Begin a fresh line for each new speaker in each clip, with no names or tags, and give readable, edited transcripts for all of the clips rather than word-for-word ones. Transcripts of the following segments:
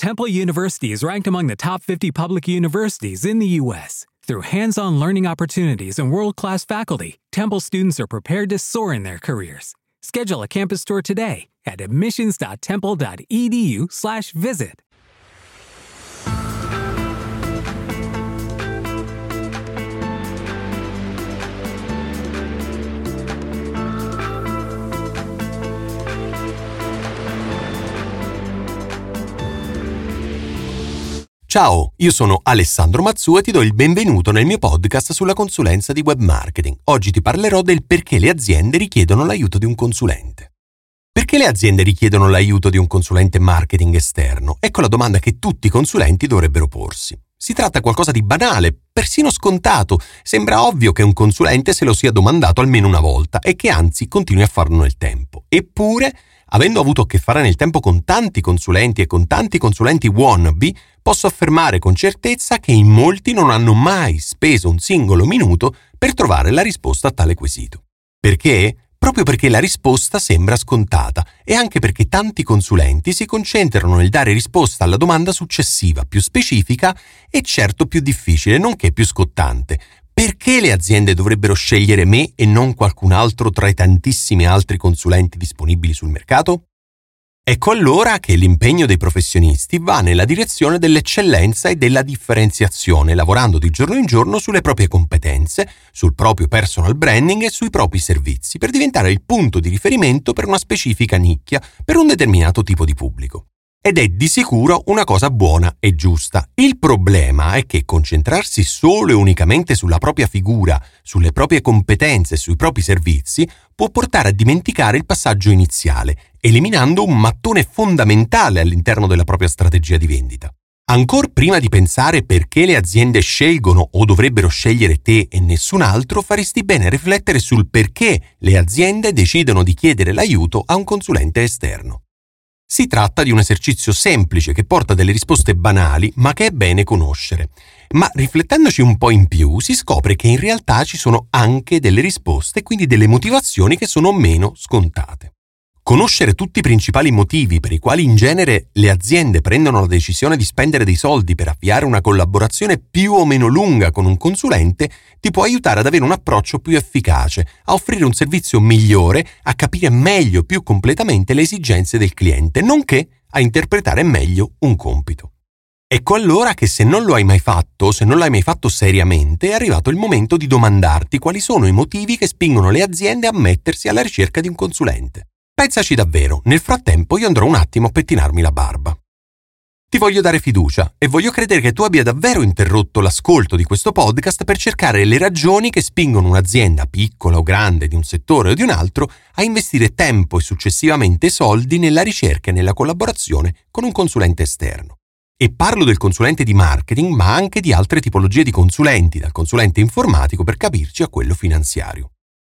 Temple University is ranked among the top 50 public universities in the U.S. Through hands-on learning opportunities and world-class faculty, Temple students are prepared to soar in their careers. Schedule a campus tour today at admissions.temple.edu/visit.
Ciao, io sono Alessandro Mazzu e ti do il benvenuto nel mio podcast sulla consulenza di web marketing. Oggi ti parlerò del perché le aziende richiedono l'aiuto di un consulente. Perché le aziende richiedono l'aiuto di un consulente marketing esterno? Ecco la domanda che tutti i consulenti dovrebbero porsi. Si tratta di qualcosa di banale, persino scontato. Sembra ovvio che un consulente se lo sia domandato almeno una volta e che anzi continui a farlo nel tempo. Eppure, avendo avuto a che fare nel tempo con tanti consulenti e con tanti consulenti wannabe, posso affermare con certezza che in molti non hanno mai speso un singolo minuto per trovare la risposta a tale quesito. Perché? Proprio perché la risposta sembra scontata e anche perché tanti consulenti si concentrano nel dare risposta alla domanda successiva, più specifica e certo più difficile, nonché più scottante. Perché le aziende dovrebbero scegliere me e non qualcun altro tra i tantissimi altri consulenti disponibili sul mercato? Ecco allora che l'impegno dei professionisti va nella direzione dell'eccellenza e della differenziazione, lavorando di giorno in giorno sulle proprie competenze, sul proprio personal branding e sui propri servizi, per diventare il punto di riferimento per una specifica nicchia, per un determinato tipo di pubblico. Ed è di sicuro una cosa buona e giusta. Il problema è che concentrarsi solo e unicamente sulla propria figura, sulle proprie competenze e sui propri servizi può portare a dimenticare il passaggio iniziale, eliminando un mattone fondamentale all'interno della propria strategia di vendita. Ancor prima di pensare perché le aziende scelgono o dovrebbero scegliere te e nessun altro, faresti bene a riflettere sul perché le aziende decidono di chiedere l'aiuto a un consulente esterno. Si tratta di un esercizio semplice che porta delle risposte banali, ma che è bene conoscere. Ma riflettendoci un po' in più, si scopre che in realtà ci sono anche delle risposte, quindi delle motivazioni che sono meno scontate. Conoscere tutti i principali motivi per i quali in genere le aziende prendono la decisione di spendere dei soldi per avviare una collaborazione più o meno lunga con un consulente ti può aiutare ad avere un approccio più efficace, a offrire un servizio migliore, a capire meglio e più completamente le esigenze del cliente, nonché a interpretare meglio un compito. Ecco allora che se non lo hai mai fatto, se non l'hai mai fatto seriamente, è arrivato il momento di domandarti quali sono i motivi che spingono le aziende a mettersi alla ricerca di un consulente. Pensaci davvero, nel frattempo io andrò un attimo a pettinarmi la barba. Ti voglio dare fiducia e voglio credere che tu abbia davvero interrotto l'ascolto di questo podcast per cercare le ragioni che spingono un'azienda, piccola o grande, di un settore o di un altro, a investire tempo e successivamente soldi nella ricerca e nella collaborazione con un consulente esterno. E parlo del consulente di marketing, ma anche di altre tipologie di consulenti, dal consulente informatico per capirci a quello finanziario.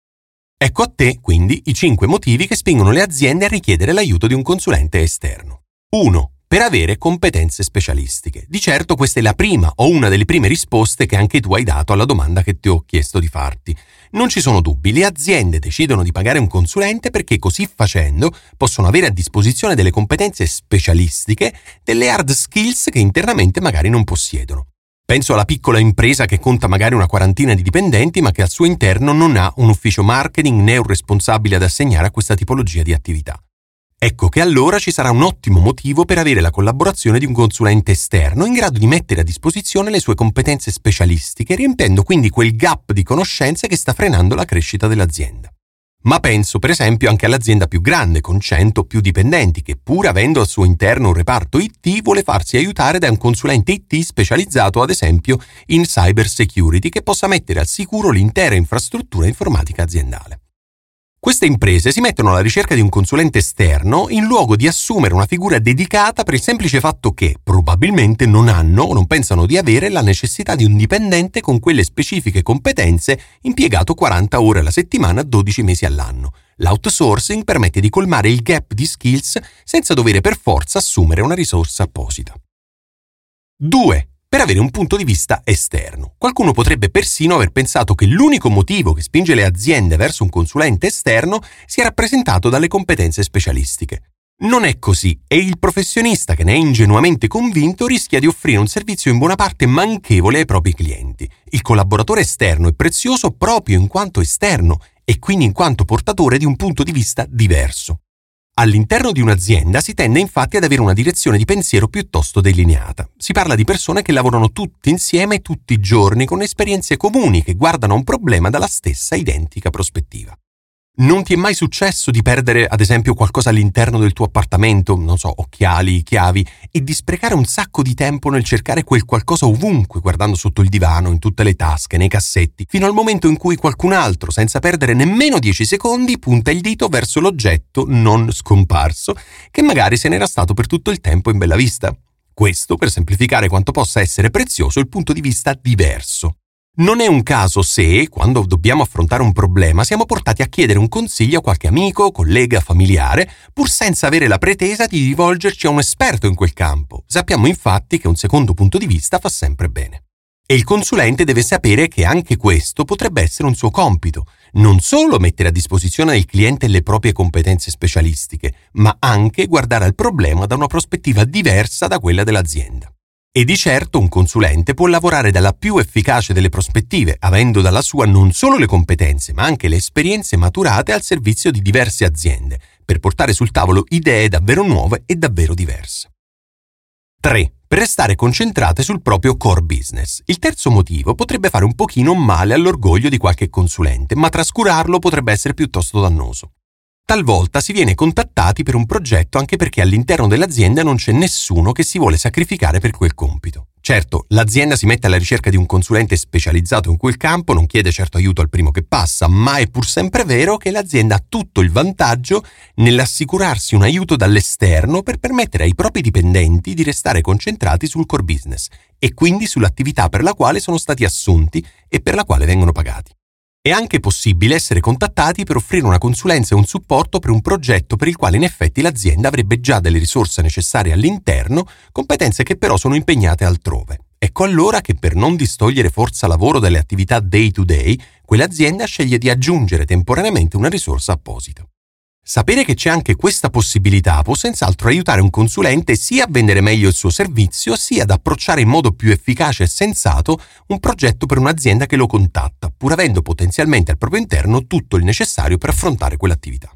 Ecco a te, quindi, i 5 motivi che spingono le aziende a richiedere l'aiuto di un consulente esterno. 1. Per avere competenze specialistiche. Di certo questa è la prima o una delle prime risposte che anche tu hai dato alla domanda che ti ho chiesto di farti. Non ci sono dubbi, le aziende decidono di pagare un consulente perché così facendo possono avere a disposizione delle competenze specialistiche, delle hard skills che internamente magari non possiedono. Penso alla piccola impresa che conta magari una quarantina di dipendenti ma che al suo interno non ha un ufficio marketing né un responsabile ad assegnare a questa tipologia di attività. Ecco che allora ci sarà un ottimo motivo per avere la collaborazione di un consulente esterno in grado di mettere a disposizione le sue competenze specialistiche, riempiendo quindi quel gap di conoscenze che sta frenando la crescita dell'azienda. Ma penso per esempio anche all'azienda più grande, con 100 o più dipendenti, che pur avendo al suo interno un reparto IT vuole farsi aiutare da un consulente IT specializzato ad esempio in cyber security che possa mettere al sicuro l'intera infrastruttura informatica aziendale. Queste imprese si mettono alla ricerca di un consulente esterno in luogo di assumere una figura dedicata per il semplice fatto che probabilmente non hanno o non pensano di avere la necessità di un dipendente con quelle specifiche competenze impiegato 40 ore alla settimana, 12 mesi all'anno. L'outsourcing permette di colmare il gap di skills senza dover per forza assumere una risorsa apposita. 2. Per avere un punto di vista esterno. Qualcuno potrebbe persino aver pensato che l'unico motivo che spinge le aziende verso un consulente esterno sia rappresentato dalle competenze specialistiche. Non è così e il professionista che ne è ingenuamente convinto rischia di offrire un servizio in buona parte manchevole ai propri clienti. Il collaboratore esterno è prezioso proprio in quanto esterno e quindi in quanto portatore di un punto di vista diverso. All'interno di un'azienda si tende infatti ad avere una direzione di pensiero piuttosto delineata. Si parla di persone che lavorano tutti insieme tutti i giorni con esperienze comuni che guardano a un problema dalla stessa identica prospettiva. Non ti è mai successo di perdere, ad esempio, qualcosa all'interno del tuo appartamento, non so, occhiali, chiavi, e di sprecare un sacco di tempo nel cercare quel qualcosa ovunque, guardando sotto il divano, in tutte le tasche, nei cassetti, fino al momento in cui qualcun altro, senza perdere nemmeno 10 secondi, punta il dito verso l'oggetto non scomparso, che magari se n'era stato per tutto il tempo in bella vista. Questo per semplificare quanto possa essere prezioso il punto di vista diverso. Non è un caso se, quando dobbiamo affrontare un problema, siamo portati a chiedere un consiglio a qualche amico, collega, familiare, pur senza avere la pretesa di rivolgerci a un esperto in quel campo. Sappiamo infatti che un secondo punto di vista fa sempre bene. E il consulente deve sapere che anche questo potrebbe essere un suo compito, non solo mettere a disposizione del cliente le proprie competenze specialistiche, ma anche guardare al problema da una prospettiva diversa da quella dell'azienda. E di certo un consulente può lavorare dalla più efficace delle prospettive, avendo dalla sua non solo le competenze, ma anche le esperienze maturate al servizio di diverse aziende, per portare sul tavolo idee davvero nuove e davvero diverse. 3. Per restare concentrate sul proprio core business. Il terzo motivo potrebbe fare un pochino male all'orgoglio di qualche consulente, ma trascurarlo potrebbe essere piuttosto dannoso. Talvolta si viene contattati per un progetto anche perché all'interno dell'azienda non c'è nessuno che si vuole sacrificare per quel compito. Certo, l'azienda si mette alla ricerca di un consulente specializzato in quel campo, non chiede certo aiuto al primo che passa, ma è pur sempre vero che l'azienda ha tutto il vantaggio nell'assicurarsi un aiuto dall'esterno per permettere ai propri dipendenti di restare concentrati sul core business e quindi sull'attività per la quale sono stati assunti e per la quale vengono pagati. È anche possibile essere contattati per offrire una consulenza e un supporto per un progetto per il quale in effetti l'azienda avrebbe già delle risorse necessarie all'interno, competenze che però sono impegnate altrove. Ecco allora che per non distogliere forza lavoro dalle attività day to day, quell'azienda sceglie di aggiungere temporaneamente una risorsa apposita. Sapere che c'è anche questa possibilità può senz'altro aiutare un consulente sia a vendere meglio il suo servizio, sia ad approcciare in modo più efficace e sensato un progetto per un'azienda che lo contatta, pur avendo potenzialmente al proprio interno tutto il necessario per affrontare quell'attività.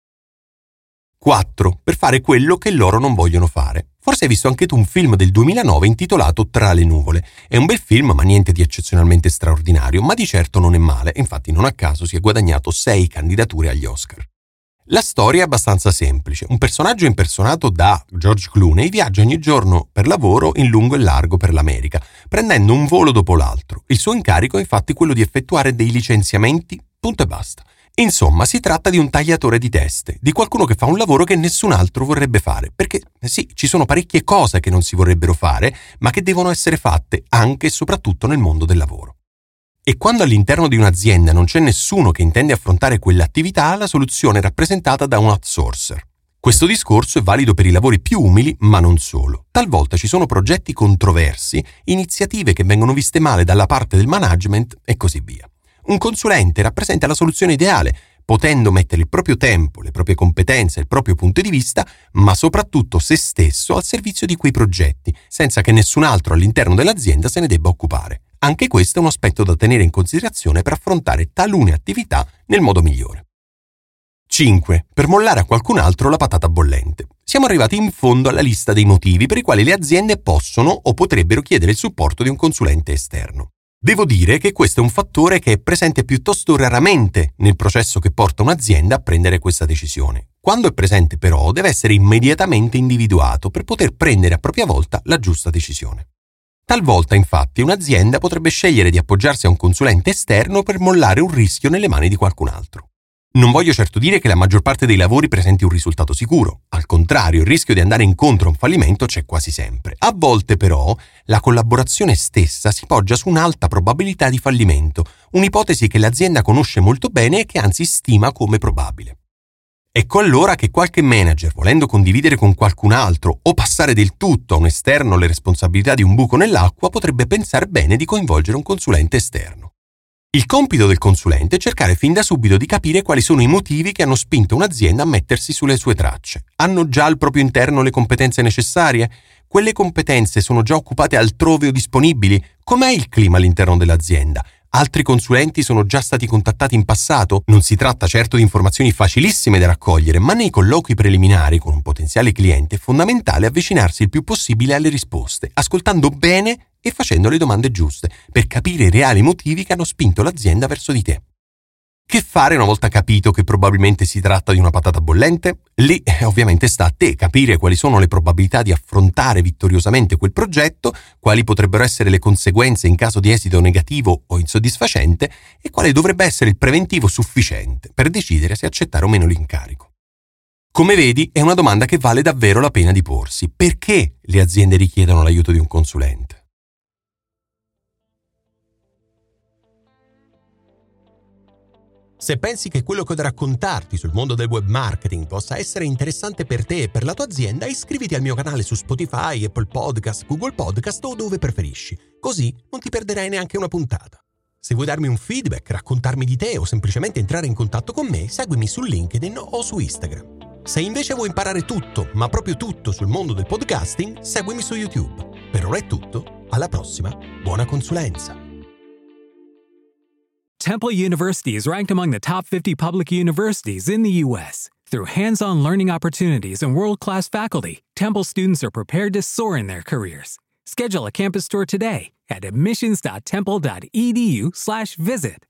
4. Per fare quello che loro non vogliono fare. Forse hai visto anche tu un film del 2009 intitolato Tra le nuvole. È un bel film, ma niente di eccezionalmente straordinario, ma di certo non è male, infatti non a caso si è guadagnato 6 candidature agli Oscar. La storia è abbastanza semplice. Un personaggio impersonato da George Clooney viaggia ogni giorno per lavoro in lungo e largo per l'America, prendendo un volo dopo l'altro. Il suo incarico è infatti quello di effettuare dei licenziamenti, punto e basta. Insomma, si tratta di un tagliatore di teste, di qualcuno che fa un lavoro che nessun altro vorrebbe fare, perché sì, ci sono parecchie cose che non si vorrebbero fare, ma che devono essere fatte anche e soprattutto nel mondo del lavoro. E quando all'interno di un'azienda non c'è nessuno che intende affrontare quell'attività, la soluzione è rappresentata da un outsourcer. Questo discorso è valido per i lavori più umili, ma non solo. Talvolta ci sono progetti controversi, iniziative che vengono viste male dalla parte del management e così via. Un consulente rappresenta la soluzione ideale, potendo mettere il proprio tempo, le proprie competenze, il proprio punto di vista, ma soprattutto se stesso al servizio di quei progetti, senza che nessun altro all'interno dell'azienda se ne debba occupare. Anche questo è un aspetto da tenere in considerazione per affrontare talune attività nel modo migliore. 5. Per mollare a qualcun altro la patata bollente. Siamo arrivati in fondo alla lista dei motivi per i quali le aziende possono o potrebbero chiedere il supporto di un consulente esterno. Devo dire che questo è un fattore che è presente piuttosto raramente nel processo che porta un'azienda a prendere questa decisione. Quando è presente però deve essere immediatamente individuato per poter prendere a propria volta la giusta decisione. Talvolta, infatti, un'azienda potrebbe scegliere di appoggiarsi a un consulente esterno per mollare un rischio nelle mani di qualcun altro. Non voglio certo dire che la maggior parte dei lavori presenti un risultato sicuro. Al contrario, il rischio di andare incontro a un fallimento c'è quasi sempre. A volte, però, la collaborazione stessa si poggia su un'alta probabilità di fallimento, un'ipotesi che l'azienda conosce molto bene e che anzi stima come probabile. Ecco allora che qualche manager, volendo condividere con qualcun altro o passare del tutto a un esterno le responsabilità di un buco nell'acqua, potrebbe pensare bene di coinvolgere un consulente esterno. Il compito del consulente è cercare fin da subito di capire quali sono i motivi che hanno spinto un'azienda a mettersi sulle sue tracce. Hanno già al proprio interno le competenze necessarie? Quelle competenze sono già occupate altrove o disponibili? Com'è il clima all'interno dell'azienda? Altri consulenti sono già stati contattati in passato? Non si tratta certo di informazioni facilissime da raccogliere, ma nei colloqui preliminari con un potenziale cliente è fondamentale avvicinarsi il più possibile alle risposte, ascoltando bene e facendo le domande giuste, per capire i reali motivi che hanno spinto l'azienda verso di te. Che fare una volta capito che probabilmente si tratta di una patata bollente? Lì ovviamente sta a te capire quali sono le probabilità di affrontare vittoriosamente quel progetto, quali potrebbero essere le conseguenze in caso di esito negativo o insoddisfacente e quale dovrebbe essere il preventivo sufficiente per decidere se accettare o meno l'incarico. Come vedi, è una domanda che vale davvero la pena di porsi. Perché le aziende richiedono l'aiuto di un consulente? Se pensi che quello che ho da raccontarti sul mondo del web marketing possa essere interessante per te e per la tua azienda, iscriviti al mio canale su Spotify, Apple Podcast, Google Podcast o dove preferisci. Così non ti perderai neanche una puntata. Se vuoi darmi un feedback, raccontarmi di te o semplicemente entrare in contatto con me, seguimi su LinkedIn o su Instagram. Se invece vuoi imparare tutto, ma proprio tutto sul mondo del podcasting, seguimi su YouTube. Per ora è tutto, alla prossima, buona consulenza!
Temple University is ranked among the top 50 public universities in the U.S. Through hands-on learning opportunities and world-class faculty, Temple students are prepared to soar in their careers. Schedule a campus tour today at admissions.temple.edu/visit.